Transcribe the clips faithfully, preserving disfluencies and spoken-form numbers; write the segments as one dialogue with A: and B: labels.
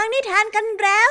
A: ฟังนิทานกันแล้ว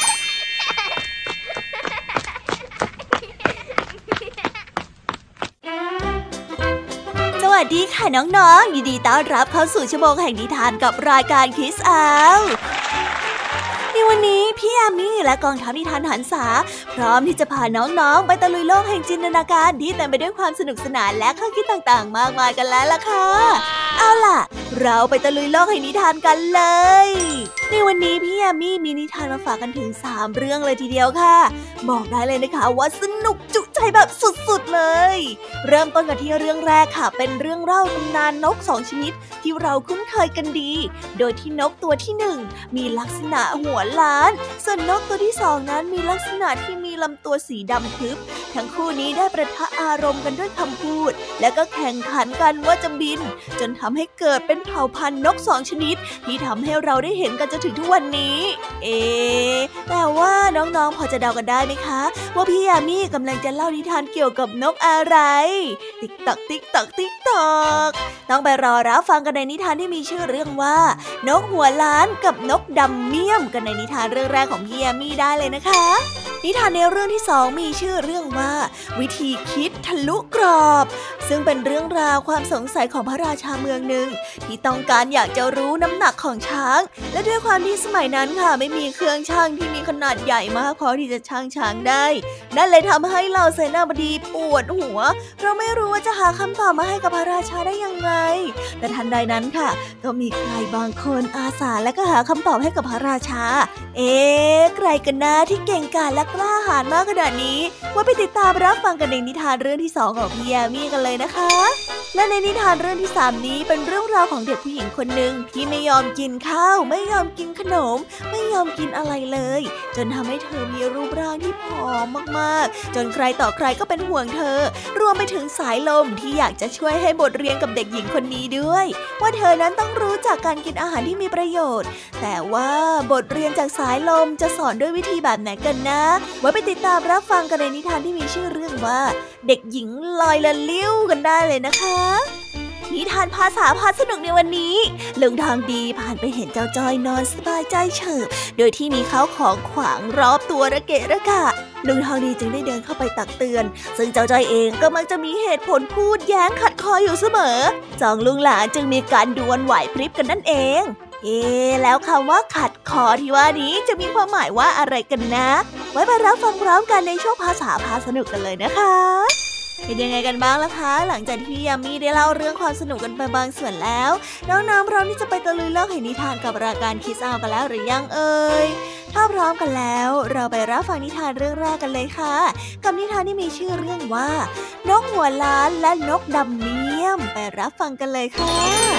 A: สวัสดีค่ะน้องๆยินดีต้อนรับเข้าสู่ชั่วโมงแห่งนิทานกับรายการ Kids Out ในวันนี้พี่อามี่และกองทัพนิทานหันษาพร้อมที่จะพาน้องๆไปตะลุยโลกแห่งจินตนาการที่เต็มไปด้วยความสนุกสนานและข้อคิดต่างๆมากมายกันแล้วล่ะค่ะเอาล่ะเราไปตะลุยโลกแห่งนิทานกันเลยในวันนี้พี่อามี่มีนิทานมาฝากกันถึงสามเรื่องเลยทีเดียวค่ะบอกได้เลยนะคะว่าสนุกจุใจแบบสุดๆเลยเริ่มต้นกันที่เรื่องแรกค่ะเป็นเรื่องเล่าตำนานนกสองชนิดที่เราคุ้นเคยกันดีโดยที่นกตัวที่หนึ่งมีลักษณะหัวล้านส่วนนกตัวที่สองนั้นมีลักษณะที่มีลำตัวสีดำทึบทั้งคู่นี้ได้ประทะอารมณ์กันด้วยคำพูดและก็แข่งขันกันว่าจะบินจนทำให้เกิดเป็นเผ่าพันธุ์นกสองชนิดที่ทำให้เราได้เห็นกันจนถึงทุกวันนี้เอ๊ะแต่ว่าน้องๆพอจะเดากันได้ไหมคะว่าพี่ยามีกำลังจะเล่านิทานเกี่ยวกับนกอะไรติ๊กตักติ๊กตักติ๊กตักต้องไปรอรับฟังกันในนิทานที่มีชื่อเรื่องว่านกหัวล้านกับนกดำเมี่ยมกันในนิทานเรื่องแรกของพี่ยามีได้เลยนะคะนิทานในเรื่องที่สองมีชื่อเรื่องว่าวิธีคิดทะลุกรอบซึ่งเป็นเรื่องราวความสงสัยของพระราชาเมืองหนึ่งที่ต้องการอยากจะรู้น้ำหนักของช้างและด้วยความที่สมัยนั้นค่ะไม่มีเครื่องชั่งที่มีขนาดใหญ่มากพอที่จะชั่งช้างได้นั่นเลยทำให้เหล่าเสนาบดีปวดหัวเพราะไม่รู้ว่าจะหาคำตอบมาให้กับพระราชาได้ยังไงแต่ทันใดนั้นค่ะก็มีใครบางคนอาสาและก็หาคำตอบให้กับพระราชาเอ๊ะใครกันนะที่เก่งกาจและกล้าหาญมากขนาดนี้ว่าไปติดตามรับฟังกันในนิทานเรื่องที่สองของพี่ยามีกันเลยนะคะและในนิทานเรื่องที่สามนี้เป็นเรื่องราวของเด็กผู้หญิงคนหนึ่งที่ไม่ยอมกินข้าวไม่ยอมกินขนมไม่ยอมกินอะไรเลยจนทำให้เธอมีรูปร่างที่ผอมมากๆจนใครต่อใครก็เป็นห่วงเธอรวมไปถึงสายลมที่อยากจะช่วยให้บทเรียนกับเด็กหญิงคนนี้ด้วยว่าเธอนั้นต้องรู้จักการกินอาหารที่มีประโยชน์แต่ว่าบทเรียนจากสายลมจะสอนด้วยวิธีแบบไหนกันนะไว้ไปติดตามรับฟังกันในนิทานที่มีชื่อเรื่องว่าเด็กหญิงลอยละลิ้วกันได้เลยนะคะนิทานภาษาพาสนุกในวันนี้ลุงทองดีผ่านไปเห็นเจ้าจ้อยนอนสบายใจเฉิบโดยที่มีข้าวของขวางรอบตัวระเกะระกะลุงทองดีจึงได้เดินเข้าไปตักเตือนซึ่งเจ้าจ้อยเองก็มักจะมีเหตุผลพูดแย้งขัดคออยู่เสมอสองลุงหลานจึงมีการดวลไหวพริบกันนั่นเองเอ๊แล้วคำว่าขัดคอที่ว่านี้จะมีความหมายว่าอะไรกันนะไว้ไปรับฟังพร้อมกันในช่วงภาษาพาสนุกกันเลยนะคะเป็นยังไงกันบ้างล่ะคะหลังจากที่ยามีได้เล่าเรื่องความสนุกกันไปบางส่วนแล้วน้องๆพร้อมที่จะไปตะลุยโลกแห่งนิทานกับรายการคิดเอากันแล้วหรือยังเอ่ยถ้าพร้อมกันแล้วเราไปรับฟังนิทานเรื่องแรกกันเลยค่ะกับนิทานที่มีชื่อเรื่องว่านกหัวล้านและนกดำเมี่ยมไปรับฟังกันเลยค่ะ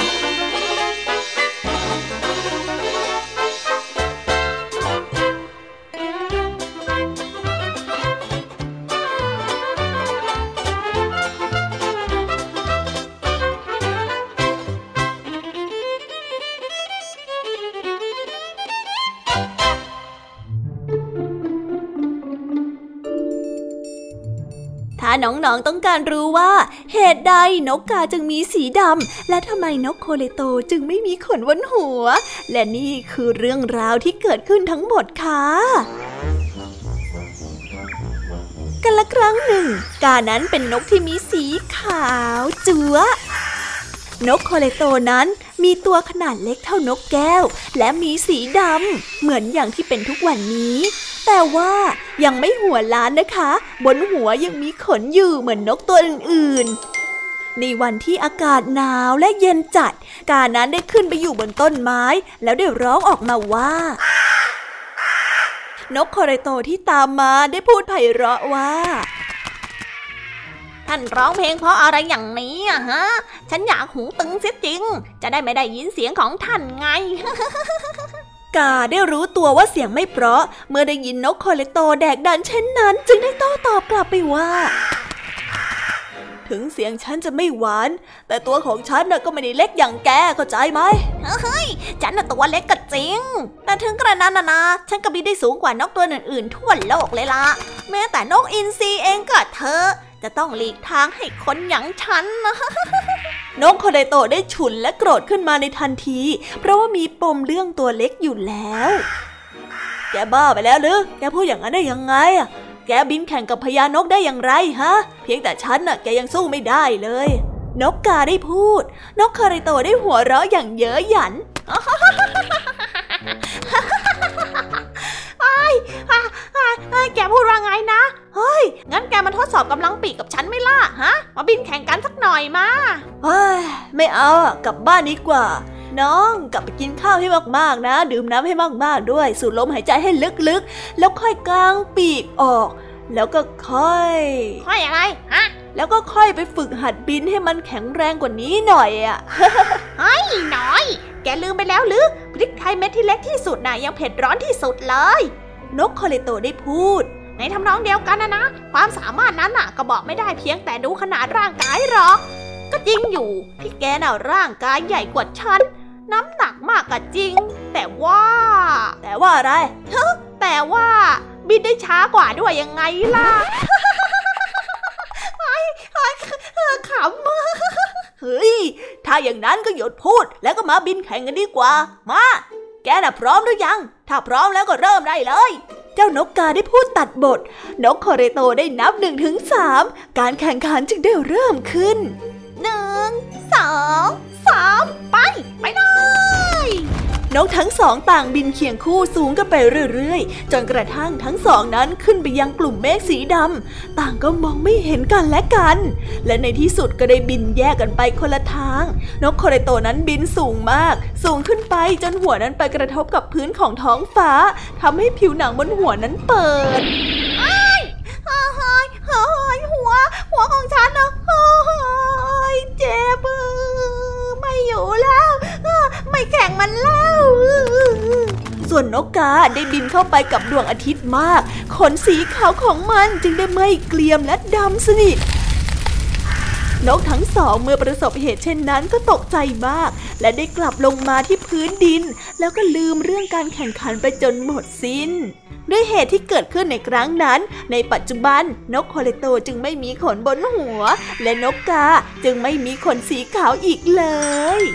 A: ถ้าน้องๆต้องการรู้ว่าเหตุใดนกกาจึงมีสีดำและทำไมนกโคเลโตจึงไม่มีขนบนหัวและนี่คือเรื่องราวที่เกิดขึ้นทั้งหมดค่ะกันละครั้งหนึ่งกานั้นเป็นนกที่มีสีขาวจั๊วะนกโคเลโตนั้นมีตัวขนาดเล็กเท่านกแก้วและมีสีดำเหมือนอย่างที่เป็นทุกวันนี้แต่ว่ายังไม่หัวล้านนะคะบนหัวยังมีขนอยู่เหมือนนกตัวอื่นๆในวันที่อากาศหนาวและเย็นจัดกานั้นได้ขึ้นไปอยู่บนต้นไม้แล้วได้ร้องออกมาว่านกโคเรโตที่ตามมาได้พูดไพเราะว่าท่านร้องเพลงเพราะอะไรอย่างนี้อะฮะฉันอยากหูตึงเสียจริงจะได้ไม่ได้ยินเสียงของท่านไง กาได้รู้ตัวว่าเสียงไม่เพราะเมื่อได้ยินนกโคเลโตแดกดันเช่นนั้นจึงได้โต้ตอบกลับไปว่าถึงเสียงฉันจะไม่หวานแต่ตัวของฉันน่ะก็ไม่ได้เล็กอย่างแกเข้าใจไหมเฮ้ยฉันน่ะตัวเล็กก็จริงแต่ถึงกระนั้นนะนะฉันก็บินได้สูงกว่านกตัวอื่นๆทั่วโลกเลยล่ะแม้แต่นกอินทรีเองก็เธอจะต้องหลีกทางให้คนอย่างฉันนะนกโคเดโตะได้ฉุนและโกรธขึ้นมาในทันทีเพราะว่ามีปมเรื่องตัวเล็กอยู่แล้วแกบ้าไปแล้วหรือแกพูดอย่างนั้นได้ยังไงอ่ะแกบินแข่งกับพญานกได้อย่างไรฮะเพียงแต่ฉันน่ะแกยังสู้ไม่ได้เลยนกกาได้พูดนกคาริโตได้หัวเราะอย่างเย้ยหยันไอ้ไอ้แกพูดว่าไงนะเฮ้ยงั้นแกมาทดสอบกำลังปีกกับฉันไม่ล่ะฮะมาบินแข่งกันสักหน่อยมาเฮ้ยไม่เอากลับบ้านดีกว่าน้องกลับไปกินข้าวให้มากๆนะดื่มน้ำให้มากๆด้วยสูดลมหายใจให้ลึกๆแล้วค่อยกางปีกออกแล้วก็ค่อยค่อยอะไรฮะแล้วก็ค่อยไปฝึกหัดบินให้มันแข็งแรงกว่านี้หน่อยอ่ะเฮ้ยน้อยแกลืมไปแล้วหรือพริกไทยเม็ดที่เล็กที่สุดน่ะยังเผ็ดร้อนที่สุดเลยนกคอริโตได้พูดในทำนองเดียวกันนะนะความสามารถนั้นน่ะก็บอกไม่ได้เพียงแต่ดูขนาดร่างกายหรอกก็จริงอยู่ที่แกน่ะร่างกายใหญ่กว่าฉันน้ำหนักมากก็จริงแต่ว่าแต่ว่าอะไรแต่ว่าบินได้ช้ากว่าด้วยยังไงล่ะไอ้ไอ้ขำเฮ้ยถ้าอย่างนั้นก็หยุดพูดแล้วก็มาบินแข่งกันดีกว่ามาแกน่ะพร้อมหรือยังถ้าพร้อมแล้วก็เริ่มได้เลยเจ้านกกาได้พูดตัดบทนกคอริโตได้นับหนึ่งถึงสามการแข่งขันจึงได้เริ่มขึ้นหนึ่งสองสามไปไปเลยนกทั้งสองต่างบินเคียงคู่สูงกันไปเรื่อยๆจนกระทั่งทั้งสองนั้นขึ้นไปยังกลุ่มเมฆสีดำต่างก็มองไม่เห็นกันและกันและในที่สุดก็ได้บินแยกกันไปคนละทางนกคอริโตนั้นบินสูงมากสูงขึ้นไปจนหัวนั้นไปกระทบกับพื้นของท้องฟ้าทำให้ผิวหนังบนหัวนั้นเปิดอ้ายอ้ายอ้ายหัวหัวของฉันนะอ้ายเจ็บไม่อยู่แล้วไม่แข่งมันแล้วส่วนนกกาได้บินเข้าไปกับดวงอาทิตย์มากขนสีขาวของมันจึงได้ไหม้เกรียมและดำสนิทนกทั้งสองเมื่อประสบเหตุเช่นนั้นก็ตกใจมากและได้กลับลงมาที่พื้นดินแล้วก็ลืมเรื่องการแข่งขันไปจนหมดสิ้นด้วยเหตุที่เกิดขึ้นในครั้งนั้นในปัจจุบันนกคอริโตจึงไม่มีขนบนหัวและนกกาจึงไม่มีขนสีขาวอีกเลย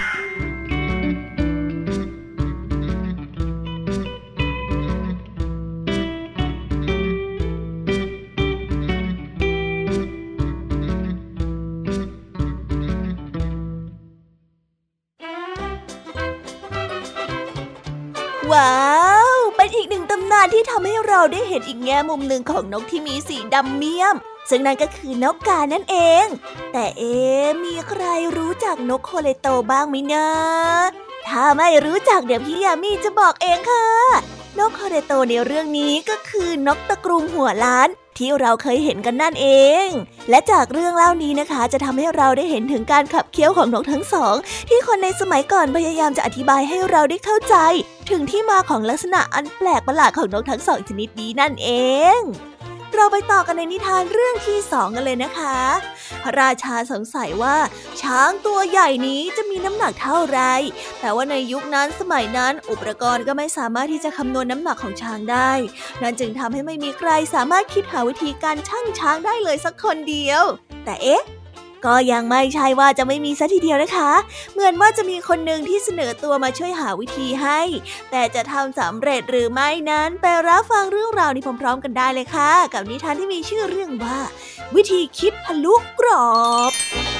A: ว้าวเป็นอีกหนึ่งตำนานที่ทำให้เราได้เห็นอีกแง่มุมหนึ่งของนกที่มีสีดำเมี่ยมซึ่งนั่นก็คือนกกานั่นเองแต่เอ๊ะมีใครรู้จักนกคอริโตบ้างไหมนะถ้าไม่รู้จักเดี๋ยวพี่ยามีจะบอกเองค่ะนกคอริโตในเรื่องนี้ก็คือนกตะกรุมหัวล้านที่เราเคยเห็นกันนั่นเองและจากเรื่องเล่านี้นะคะจะทำให้เราได้เห็นถึงการขับเคี้ยวของนกทั้งสองที่คนในสมัยก่อนพยายามจะอธิบายให้เราได้เข้าใจถึงที่มาของลักษณะอันแปลกประหลาดของนกทั้งสองชนิดนี้นั่นเองเราไปต่อกันในนิทานเรื่องที่สองกันเลยนะคะพระราชาสงสัยว่าช้างตัวใหญ่นี้จะมีน้ำหนักเท่าไรแต่ว่าในยุคนั้นสมัยนั้นอุปกรณ์ก็ไม่สามารถที่จะคำนวณน้ำหนักของช้างได้นั่นจึงทำให้ไม่มีใครสามารถคิดหาวิธีการชั่งช้างได้เลยสักคนเดียวแต่เอ๊ะก็ยังไม่ใช่ว่าจะไม่มีซะทีเดียวนะคะเหมือนว่าจะมีคนหนึ่งที่เสนอตัวมาช่วยหาวิธีให้แต่จะทำสำเร็จหรือไม่นั้นไปรับฟังเรื่องราวนี้พร้อมๆกันได้เลยค่ะกับนิทานที่มีชื่อเรื่องว่าวิธีคิดทะลุกรอบ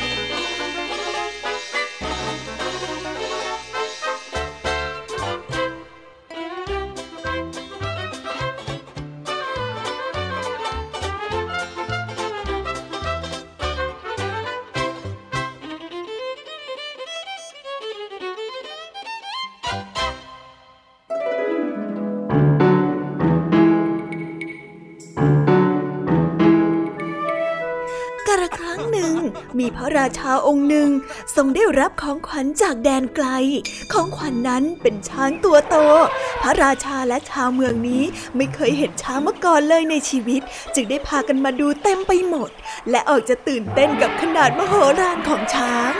A: มีพระราชาองค์หนึ่งทรงได้รับของขวัญจากแดนไกลของขวัญ น, นั้นเป็นช้างตัวโตพระราชาและชาวเมืองนี้ไม่เคยเห็นช้างมาก่อนเลยในชีวิตจึงได้พากันมาดูเต็มไปหมดและออกจะตื่นเต้นกับขนาดมโหฬารของช้าง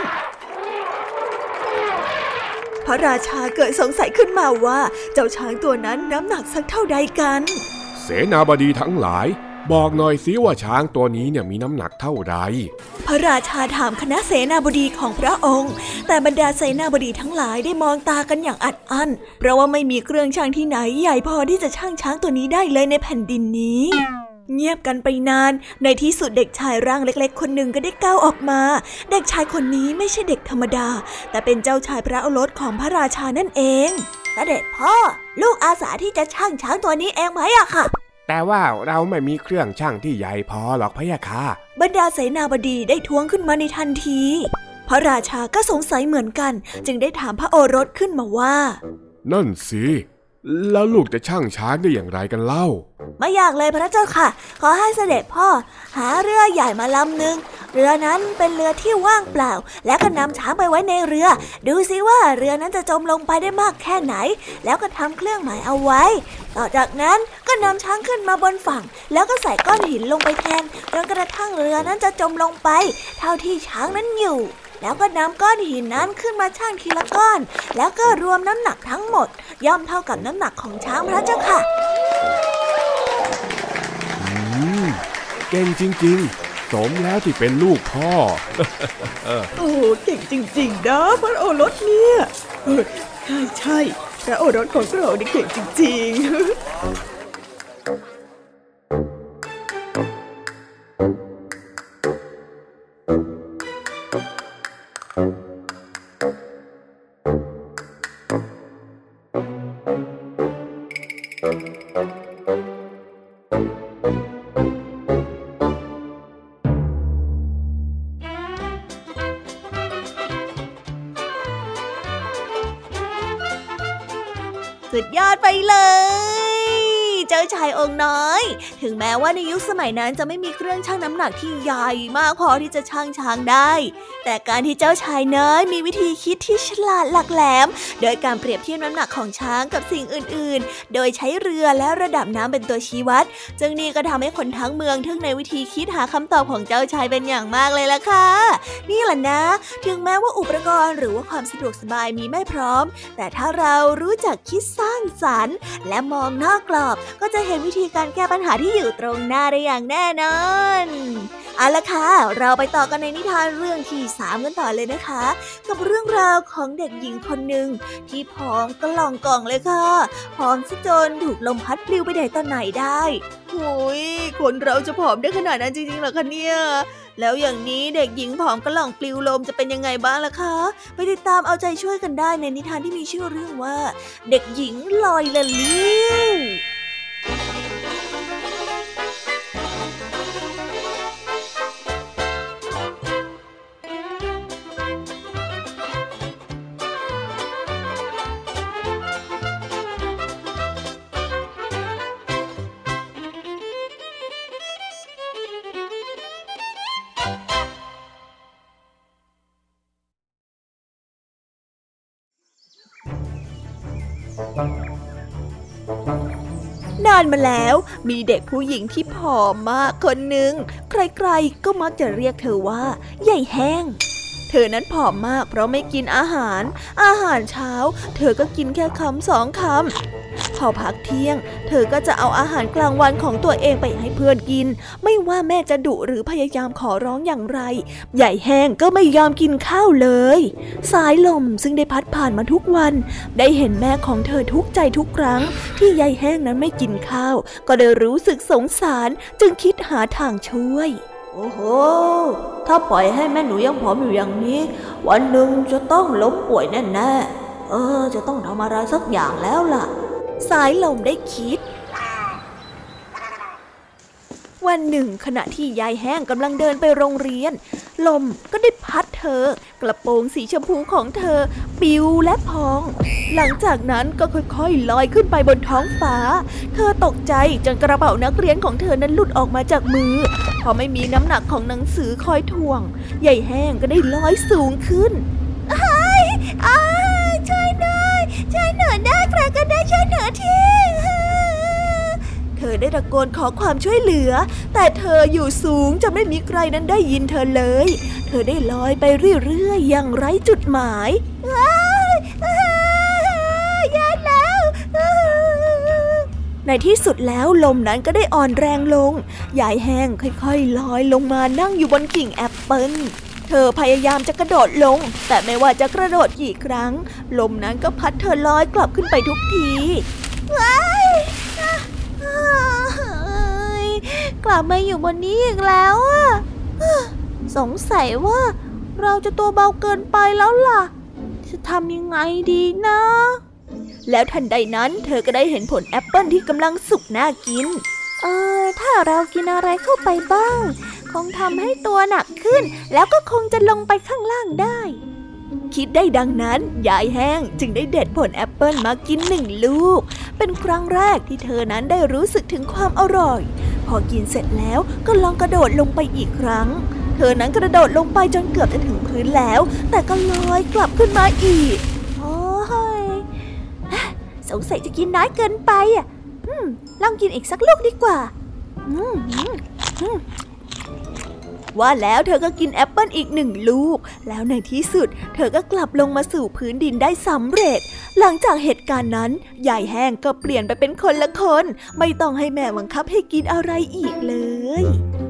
A: พระราชาเกิดสงสัยขึ้นมาว่าเจ้าช้างตัวนั้นน้ำหนักสักเท่าใดกัน
B: เสนาบดีทั้งหลายบอกหน่อยสิว่าช้างตัวนี้เนี่ยมีน้ำหนักเท่าไร
A: พระราชาถามคณะเสนาบดีของพระองค์แต่บรรดาเสนาบดีทั้งหลายได้มองตากันอย่างอัดอั้นเพราะว่าไม่มีเครื่องชั่งที่ไหนใหญ่พอที่จะชั่งช้างตัวนี้ได้เลยในแผ่นดินนี้เงียบกันไปนานในที่สุดเด็กชายร่างเล็กๆคนหนึ่งก็ได้ก้าวออกมาเด็กชายคนนี้ไม่ใช่เด็กธรรมดาแต่เป็นเจ้าชายพระโอรสของพระราชานั่นเองเสด็จพ่อลูกอาสาที่จะชั่งช้างตัวนี้เองไหมอะค่ะ
B: แต่ว่าเราไม่มีเครื่องชั่งที่ใหญ่พอหรอกพะยะค่ะ
A: บรรดาเสนาบดีได้ท้วงขึ้นมาในทันทีพระราชาก็สงสัยเหมือนกันจึงได้ถามพระโอรสขึ้นมาว่า
B: นั่นสิแล้วลูกจะชั่งช้างได้อย่างไรกันเล่า
A: ไม่อยากเลยพระเจ้าค่ะขอให้เสด็จพ่อหาเรือใหญ่มาลำหนึ่งเรือนั้นเป็นเรือที่ว่างเปล่าแล้วก็นำช้างไปไว้ในเรือดูสิว่าเรือนั้นจะจมลงไปได้มากแค่ไหนแล้วก็ทำเครื่องหมายเอาไว้ต่อจากนั้นก็นำช้างขึ้นมาบนฝั่งแล้วก็ใส่ก้อนหินลงไปแทนจนกระทั่งเรือนั้นจะจมลงไปเท่าที่ช้างนั้นอยู่แล้วก็นำก้อนหินนั้นขึ้นมาชั่งทีละก้อนแล้วก็รวมน้ำหนักทั้งหมดย่อมเท่ากับน้ำหนักของช้างพระเจ้าค่ะ
B: อืมเก่งจริงๆสมแล้วที่เป็นลูกพ่อ
C: โอ้เก่งจริงๆนะพระโอรสเนี่ยใช่ใช่พระโอรสของเราเนี่ยเก่งจริงๆ
A: สุดยอดไปเลยเจ้าชายองค์น้อยถึงแม้ว่าในยุคสมัยนั้นจะไม่มีเครื่องชั่งน้ำหนักที่ใหญ่มากพอที่จะชั่งช้างได้แต่การที่เจ้าชายน้อยมีวิธีคิดที่ฉลาดหลักแหลมโดยการเปรียบเทียบน้ำหนักของช้างกับสิ่งอื่นๆโดยใช้เรือและระดับน้ำเป็นตัวชี้วัดจึงนี่ก็ทำให้คนทั้งเมืองทึ่งในวิธีคิดหาคำตอบของเจ้าชายเป็นอย่างมากเลยล่ะค่ะนี่แหละนะถึงแม้ว่าอุปกรณ์หรือว่าความสะดวกสบายมีไม่พร้อมแต่ถ้าเรารู้จักคิดสร้างสรรค์และมองนอกกรอบก็จะเห็นวิธีการแก้ปัญหาที่อยู่ตรงหน้าได้อย่างแน่นอนเอาล่ะค่ะเราไปต่อกันในนิทานเรื่องที่สามกันต่อเลยนะคะกับเรื่องราวของเด็กหญิงคนหนึ่งที่ผอมกระหล่องกล่องเลยค่ะผอมซะจนถูกลมพัดปลิวไปไหนตอนไหนได้โอ้ยคนเราจะผอมได้ขนาดนั้นจริงๆเหรอคะเนี่ยแล้วอย่างนี้เด็กหญิงผอมกระหล่องปลิวลมจะเป็นยังไงบ้างล่ะคะไปติดตามเอาใจช่วยกันได้ในนิทานที่มีชื่อเรื่องว่าเด็กหญิงลอยละลิ้วนานมาแล้วมีเด็กผู้หญิงที่ผอมมากคนหนึ่งใครๆก็มักจะเรียกเธอว่าใหญ่แห้งเธอนั้นผอมมากเพราะไม่กินอาหารอาหารเช้าเธอก็กินแค่คำสองคำพอพักเที่ยงเธอก็จะเอาอาหารกลางวันของตัวเองไปให้เพื่อนกินไม่ว่าแม่จะดุหรือพยายามขอร้องอย่างไรใหญ่แห้งก็ไม่ยอมกินข้าวเลยสายลมซึ่งได้พัดผ่านมาทุกวันได้เห็นแม่ของเธอทุกข์ใจทุกครั้งที่ใหญ่แห้งนั้นไม่กินข้าวก็ได้รู้สึกสงสารจึงคิดหาทางช่วยโอ้โหถ้าปล่อยให้แม่หนูยังผอมอยู่อย่างนี้วันหนึ่งจะต้องล้มป่วยแน่ๆเออจะต้องทำอะไรสักอย่างแล้วล่ะสายลมได้คิดวันหนึ่งขณะที่ยายแห้งกำลังเดินไปโรงเรียนลมก็ได้พัดเธอกระโปรงสีชมพูของเธอปิวและพองหลังจากนั้นก็ค่อยๆลอยขึ้นไปบนท้องฟ้าเธอตกใจจนกระเป๋านักเรียนของเธอนั้นหลุดออกมาจากมือพอไม่มีน้ำหนักของหนังสือคอยถ่วงยายแห้งก็ได้ลอยสูงขึ้นอ้ายอ้ายช่วยหน่อยช่วยหน่อยได้ใครก็ได้ช่วยหน่อยทีเธอได้ตะโกนขอความช่วยเหลือแต่เธออยู่สูงจนไม่มีใครนั้นได้ยินเธอเลยเธอได้ลอยไปเรื่อยๆอย่างไร้จุดหมายอ้ายอ้ายแย่แล้วในที่สุดแล้วลมนั้นก็ได้อ่อนแรงลงยายแห้งค่อยๆลอยลงมานั่งอยู่บนกิ่งแอปเปิ้ลเธอพยายามจะกระโดดลงแต่ไม่ว่าจะกระโดดกี่ครั้งลมนั้นก็พัดเธอลอยกลับขึ้นไปทุกทีว้ายกลับมาอยู่บนนี้อีกแล้วอะสงสัยว่าเราจะตัวเบาเกินไปแล้วล่ะจะทำยังไงดีนะแล้วทันใดนั้นเธอก็ได้เห็นผลแอปเปิ้ลที่กำลังสุกน่ากินเออถ้าเรากินอะไรเข้าไปบ้างคงทำให้ตัวหนักขึ้นแล้วก็คงจะลงไปข้างล่างได้คิดได้ดังนั้นยายแห้งจึงได้เด็ดผลแอปเปิ้ลมากินหนึ่งลูกเป็นครั้งแรกที่เธอนั้นได้รู้สึกถึงความอร่อยพอกินเสร็จแล้วก็ลองกระโดดลงไปอีกครั้งเธอนั้นกระโดดลงไปจนเกือบจะถึงพื้นแล้วแต่ก็ลอยกลับขึ้นมาอีกโอ้ยสงสัยจะกินน้อยเกินไปอ่ะอืมลองกินอีกสักลูกดีกว่าอืมอืมว่าแล้วเธอก็กินแอปเปิ้ลอีกหนึ่งลูกแล้วในที่สุดเธอก็กลับลงมาสู่พื้นดินได้สำเร็จหลังจากเหตุการณ์นั้นยายแห้งก็เปลี่ยนไปเป็นคนละคนไม่ต้องให้แม่บังคับให้กินอะไรอีกเลย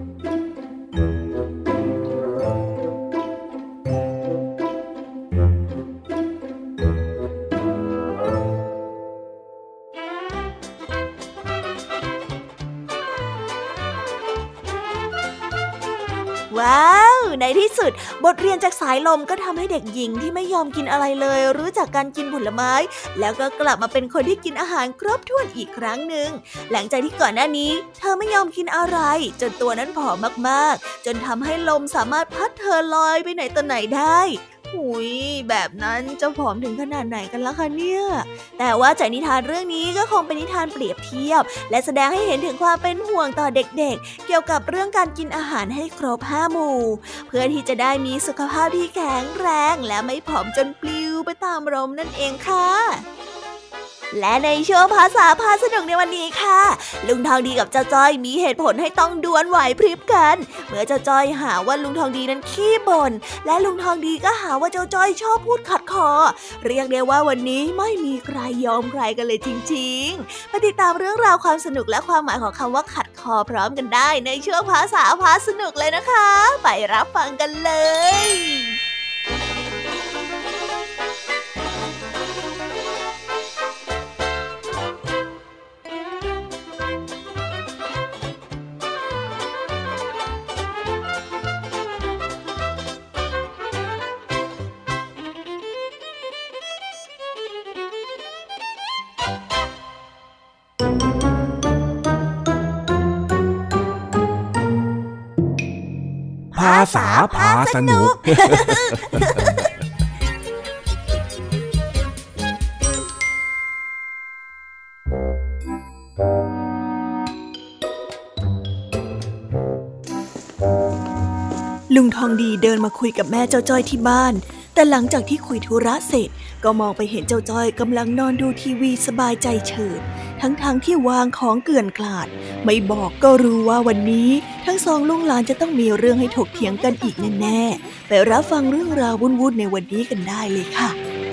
A: ว้าวในที่สุดบทเรียนจากสายลมก็ทำให้เด็กหญิงที่ไม่ยอมกินอะไรเลยรู้จักการกินผลไม้แล้วก็กลับมาเป็นคนที่กินอาหารครบถ้วนอีกครั้งหนึ่งหลังจากที่ก่อนหน้านี้เธอไม่ยอมกินอะไรจนตัวนั้นผอมมากๆจนทำให้ลมสามารถพัดเธอลอยไปไหนต่อไหนได้หุยแบบนั้นจะผอมถึงขนาดไหนกันล่ะคะเนี่ยแต่ว่าจากนิทานเรื่องนี้ก็คงเป็นนิทานเปรียบเทียบและแสดงให้เห็นถึงความเป็นห่วงต่อเด็กๆเกี่ยวกับเรื่องการกินอาหารให้ครบห้าหมู่เพื่อที่จะได้มีสุขภาพที่แข็งแรงและไม่ผอมจนปลิวไปตามลมนั่นเองค่ะและในช่วงภาษาพาสนุกในวันนี้ค่ะลุงทองดีกับเจ้าจ้อยมีเหตุผลให้ต้องดวลไหวพริบกันเมื่อเจ้าจ้อยหาว่าลุงทองดีนั้นขี้บ่นและลุงทองดีก็หาว่าเจ้าจ้อยชอบพูดขัดคอเรียกได้ว่าวันนี้ไม่มีใครยอมใครกันเลยจริงๆมาติดตามเรื่องราวความสนุกและความหมายของคำว่าขัดคอพร้อมกันได้ในช่วงภาษาพาสนุกเลยนะคะไปรับฟังกันเลย
B: ภาษาพาสนุก
A: ลุงทองดีเดินมาคุยกับแม่เจ้าจ้อยที่บ้านแต่หลังจากที่คุยธุระเสร็จก็มองไปเห็นเจ้าจ้อยกำลังนอนดูทีวีสบายใจเฉิบทั้งๆ ท, ที่วางของเกลื่อนกลาดไม่บอกก็รู้ว่าวันนี้ทั้งสองลุงหลานจะต้องมีเรื่องให้ถกเถียงกันอีกแน่ๆไปรับฟังเรื่องราววุ่นๆในวันนี้กันได้เลยค่ะ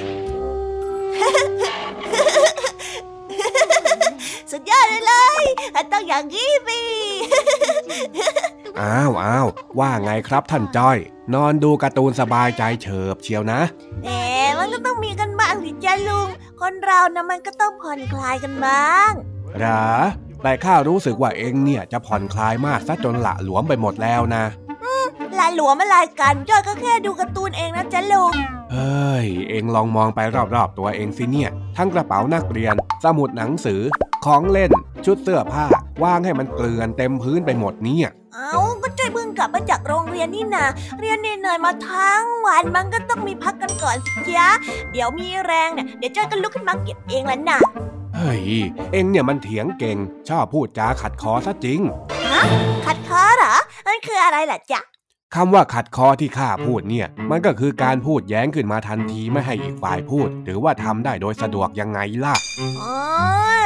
D: สุดยอดเลยต้องอย่างนี้สิ
B: อ้าวอ้าวว่าไงครับท่านจ้อยนอนดูการ์ตูนสบายใจเฉิบเชียวนะ
D: แหมมันก็ต้องมีกันบ้างสิจ้าลุงคนเรานะมันก็ต้องผ่อนคลายกันบ้าง
B: หรอแต่ข้ารู้สึกว่าเองเนี่ยจะผ่อนคลายมากซะจนหละหลวมไปหมดแล้วนะ
D: อืมละหลวมอะไรกันจ้อยก็แค่ดูการ์ตูนเองนะจ้าลุง
B: เฮ้ยเองลองมองไปรอบๆตัวเองสิเนี่ยทั้งกระเป๋านักเรียนสมุดหนังสือของเล่นชุดเสื้อผ้าวางให้มันเกลื่อนเต็มพื้นไปหมดเนี่ย
D: เอ้าก็จ้อยเพิ่งกลับมาจากโรงเรียนนี่นะเรียนเหนื่อยมาทั้งวันมันก็ต้องมีพักกันก่อนสิจ๊ะเดี๋ยวมีแรงเนี่ยเดี๋ยวจ้อยก็ลุกขึ้นมาเก็บเองแล้วนะ
B: เฮ้ยเอ็งเนี่ยมันเถียงเก่งชอบพูดจาขัดคอซะจริง
D: ฮะขัดคอเหรอนั่นคืออะไรล่ะจ๊ะ
B: คำว่าขัดคอที่ข้าพูดเนี่ยมันก็คือการพูดแย้งขึ้นมาทันทีไม่ให้อีกฝ่ายพูดหรือว่าทำได้โดยสะดวกยังไงล่ะ
D: อ๋อ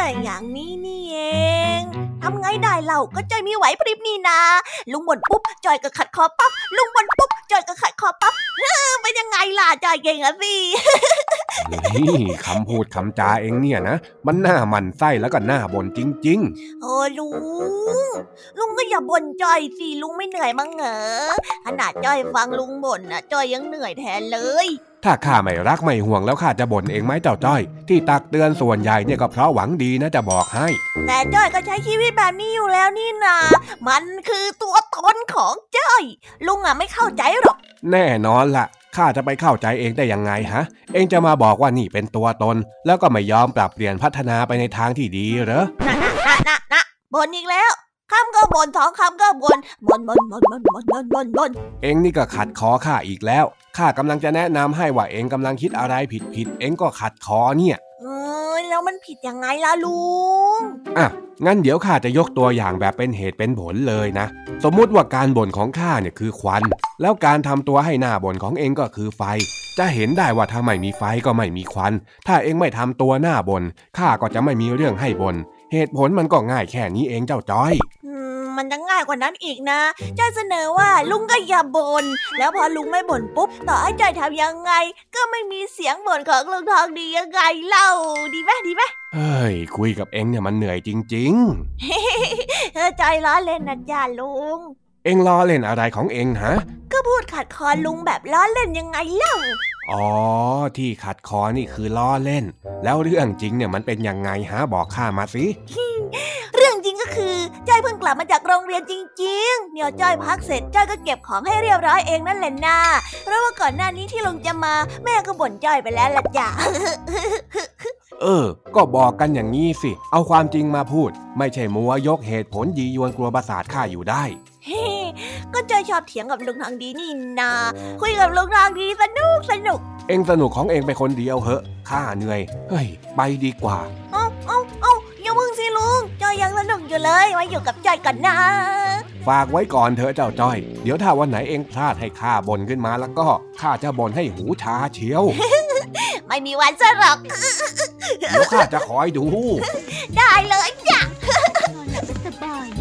D: อย่างนี้นี่เองทำไงได้เล่าก็จอยมีไหวพริบนี่นาลุงบ่นปุ๊บจอยก็ขัดคอปั๊บลุงบ่นปุ๊บจอยก็ขัดคอปั๊บเฮ้อเป็นยังไงล่ะจอยเก่งอะสิ
B: นี่คำพูดคำจาเองเนี่ยนะมันหน้าหมั่นไส้แล้วก็หน้าบ่นจริงๆ
D: โอ้ลุงลุงก็อย่าบ่นจอยสิลุงไม่เหนื่อยมั้งเหรอขนาดจอยฟังลุงบ่นน่ะจอยยังเหนื่อยแทนเลย
B: ถ้าข้าไม่รักไม่ห่วงแล้วข้าจะบ่นเองไหมเจ้าจ้อยที่ตักเตือนส่วนใหญ่เนี่ยก็เพราะหวังดีนะจะบอกให้
D: แต่จ้อยก็ใช้ชีวิตแบบนี้อยู่แล้วนี่นามันคือตัวตนของจ้อยลุงอ่ะไม่เข้าใจหรอก
B: แน่นอนล่ะข้าจะไปเข้าใจเองได้ยังไงฮะเองจะมาบอกว่านี่เป็นตัวตนแล้วก็ไม่ยอมปรับเปลี่ยนพัฒนาไปในทางที่ดีเหรอ
D: นะนะนะนะบ่นอีกแล้วคำก็บ่นสองคำก็บ่นบ่นบ่นบ่นบ่นบ่นบ่นบ่นบ่น
B: เองนี่ก็ขัดคอข้าอีกแล้วข้ากำลังจะแนะนำให้ว่าเองกำลังคิดอะไรผิดผิดเองก็ขัดคอเนี่ย
D: เออแล้วมันผิดยังไงล่ะลุง
B: อ่ะงั้นเดี๋ยวข้าจะยกตัวอย่างแบบเป็นเหตุเป็นผลเลยนะสมมุติว่าการบ่นของข้าเนี่ยคือควันแล้วการทำตัวให้หน้าบ่นของเองก็คือไฟจะเห็นได้ว่าถ้าไม่มีไฟก็ไม่มีควันถ้าเองไม่ทำตัวหน้าบ่นข้าก็จะไม่มีเรื่องให้บ่นเหตุผลมันก็ง่ายแค่นี้เองเจ้าจ้อย
D: มันจะง่ายกว่านั้นอีกนะจ้อยเสนอว่าลุงก็อย่าบ่นแล้วพอลุงไม่บ่นปุ๊บต่อให้จ้อยทำยังไงก็ไม่มีเสียงบ่นของลุงทองดียังไงเล่าดีไหมดีไหม
B: เฮ้ยคุยกับเองเนี่ยมันเหนื่อยจริง
D: ๆเออจ้อยล้อเล่นนะจ้าลุง
B: เองล้อเล่นอะไรของเองฮะ
D: ก็พูดขัดคอลุงแบบล้อเล่นยังไงเล่า
B: อ๋อที่ขัดคอนี่คือล้อเล่นแล้วเรื่องจริงเนี่ยมันเป็นยังไงฮะบอกข้ามาสิ
D: เรื่องจริงก็คือจ้อยเพิ่งกลับมาจากโรงเรียนจริงๆเดี๋ยวจ้อยพักเสร็จจ้อยก็เก็บของให้เรียบร้อยเองนั่นแหละนะเพราะว่าก่อนหน้านี้ที่ลุงจะมาแม่ก็บ่นจ้อยไปแล้วล่ะจ้ะ
B: เออก็บอกกันอย่างนี้สิเอาความจริงมาพูดไม่ใช่มัวยกเหตุผลยียวนกลัวประสาทข้าอยู่ได้
D: เฮ้ก็จ้อยชอบเถียงกับลุงทางดีนี่นาคุยกับลุงทางดีสนุกสนุก
B: เองสนุกของเองไปคนเดียวเหอะข้าเหนื่อยเฮ้ยไปดีกว่า
D: เอ้าเอ้าเอ้าอย่าพึ่งสิลุงจ้อยยังสนุกอยู่เลยไว้อยู่กับจ้อยก่อนนะ
B: ฝากไว้ก่อนเถอะเจ้าจ้อยเดี๋ยวถ้าวันไหนเองพลาดให้ข้าบ่นขึ้นมาแล้วก็ข้าจะบ่นให้หูชาเชียว
D: ไม่มีวันซะหรอก
B: เดี๋ยวข้าจะคอยดู
D: ได้เลยจ้ะนอนหลับสบาย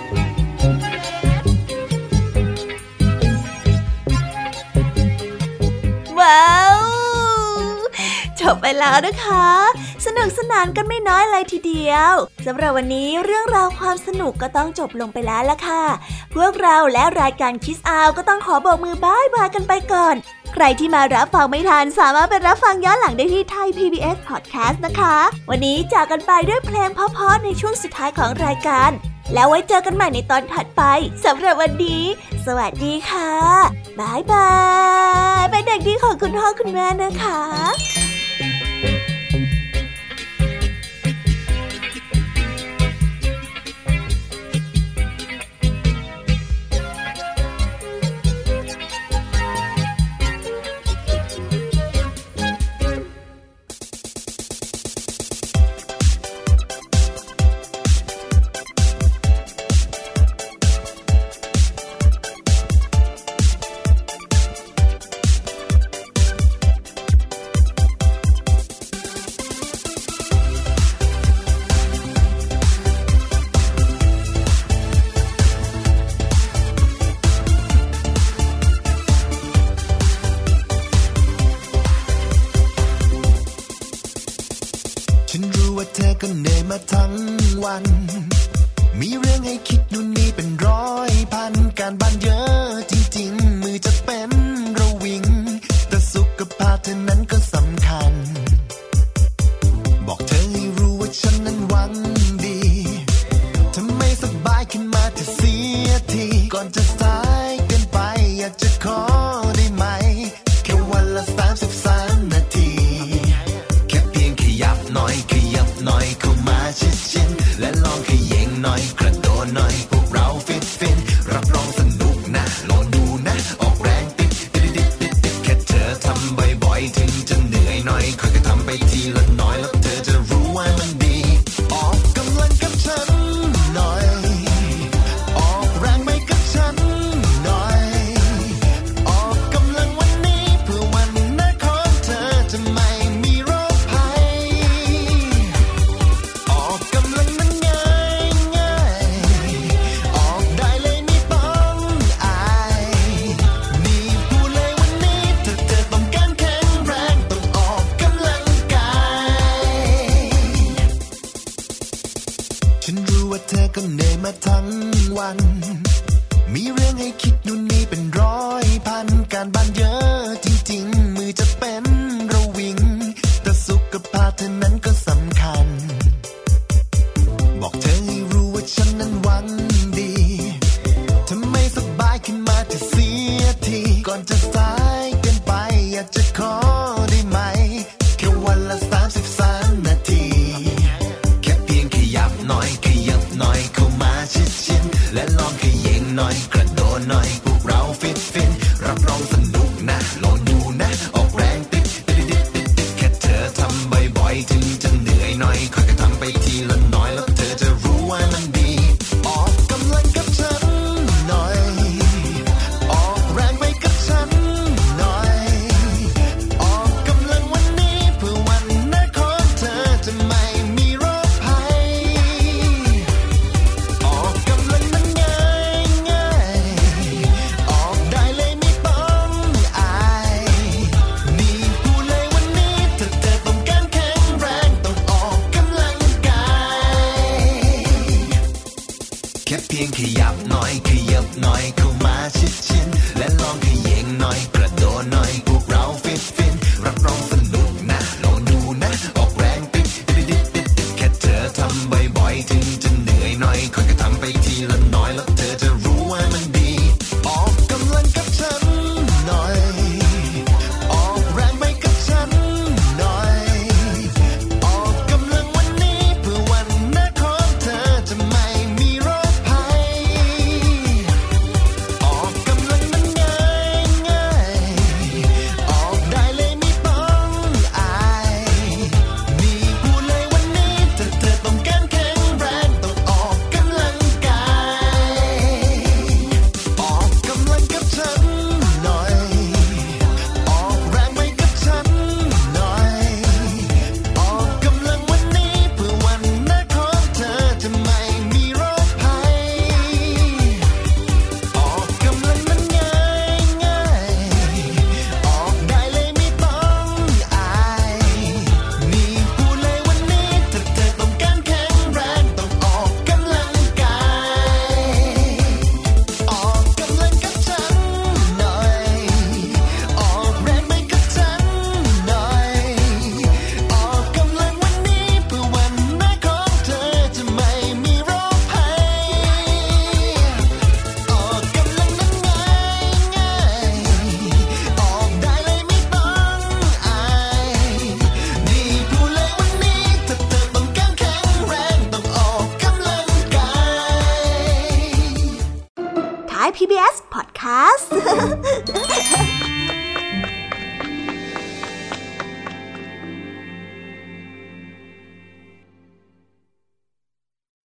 D: ว้าวจบไปแล้วนะคะสนุกสนานกันไม่น้อยเลยทีเดียวสำหรับวันนี้เรื่องราวความสนุกก็ต้องจบลงไปแล้วล่ะค่ะพวกเราและรายการคิสอาวก็ต้องขอบอกมือบ๊ายบายกันไปก่อนใครที่มารับฟังไม่ทันสามารถไปรับฟังย้อนหลังได้ที่ไทย พี บี เอส Podcast นะคะวันนี้จากกันไปด้วยเพลงเพราะๆในช่วงสุดท้ายของรายการแล้วไว้เจอกันใหม่ในตอนถัดไปสำหรับวันนี้สวัสดีค่ะบ๊ายบายเป็นเด็กดีของคุณพ่อคุณแม่นะคะ
E: มีเรื่องให้คิดนู่นนี่เป็นร้อยพันการบ้านเยอะจริงๆมือจะเป็นระวิงแต่สุขภาพเธอนั้นก็สำคัญบอกเธอให้รู้ว่าฉันนั้นหวังดีถ้าไม่สบายขึ้นมาเธอเสียทีก่อนจะสายเกินไปอยากจะขอได้ไหมแค่วันละสามสิบสามนาทีแค่เพียงขยับหน่อยขยับหน่อยเข้ามาชิดๆและลองขย่งหน่อยกระโดดหน่อยพวกเราฟิตฟินรับรองสนุกนะลองดูนะออกแรงติดติดติดติดติดแค่เธอทำบ่อยๆถึงจะเหนื่อยหน่อยค่อยๆทำไปทีละน้อยแล้วเธอจะรู้ว่ามันดีออกกำลังกับฉันหน่อยออกแรงไปกับฉันหน่อยออกกำลังวันนี้เพื่อวันหน้าของเธอจะไม่มีโรคภัยออกก็เหนื่อยมาทั้งวันมีเรื่องให้คิดนู่นนี่เป็นร้อยพันการบ้านเยอะจริงๆมือจะเป็นระวิงแต่สุขภาพเธอนั้นก็สำคัญบอกเธอให้รู้ว่าฉันนั้นหวังดีถ้าไม่สบายขึ้นมาจะเสียทีก่อนจะสายเกินไปอยากจะขอได้ไหมแค่วันละสามสิบสามนาทีแค่เพียงขยับหน่อยขยับหน่อยเข้ามาชิดๆและลองขยิงหน่อยกระโดดหน่อยพวกเราฟิตฟินรับรองสนุกนะลองดูนะออกแรงติดติดติดติดติดแค่เธอทำบ่อยๆถึงจะเหนื่อยหน่อยค่อยๆทำไปทีละน้อยแล้วเธอจะรู้ว่ามันดีออกกำลังกับฉันหน่อยออกแรงไปกับฉันหน่อยออกกำลังวันนี้เพื่อวันหน้าของเธอจะไม่มีโรคภัยออกกำลังมันง่ายง่ายออกได้เลยไม่ต้องอายนี่พูดเลยวันนี้ถ้าเธอต้องการแข็งแรงต้องออกกำลังกายแค่เพียงขยับหน่อยขยับหน่อยเข้ามาชิดๆและลองขยิงหน่อยกระโดดหน่อยพวกเราฟิตฟินรับรองสนุกนะลองดูนะออกแรงติดติดติดติดติดแค่เธอทำบ่อยๆถึงจะเหนื่อยหน่อยค่อยๆทำไปทีละน้อยแล้วเธอจะรู้ว่ามันดีออกกำลังกับฉันหน่อยออกแรงไปกับฉันหน่อยออกกำลังวันนี้เพื่อวันหน้าของเธอจะไม่มีโรคภัยออกกำลังมันง่ายง่ายออกได้เลยไม่ต้องอายนี่พูดเลยวันนี้ถ้าเธอต้องการแข็งแรงต้องออกกำลังกายออกกำลังกับฉันหน่อยออกแรงไปกับฉันหน่อยออกกำลังวันนี้เพื่อวันหน้าของเธอจะไม่มีโรคภัยออกกำลังมันง่ายง่ายออกได้เลยไม่ต้องอายนี่พูดเลยวันนี้ถ้าเธอต้องการแข็งแรงต้องออกกำลังกายออกกำลังกับฉันหน่อยออกแรงไปกับฉันหน่อยออกกำลังวันนี้เพื่อวันหน้าของเธอจะไม่มีโรคภัยออกกำลังนั้นง่ายง่ายออกได้เลยไม่ต้องอายนี่พูดเลยวันนี้ถ้าเธอต้องการแข็งแรงต้องออกกำลังกาย
D: Thai พี บี เอส Podcast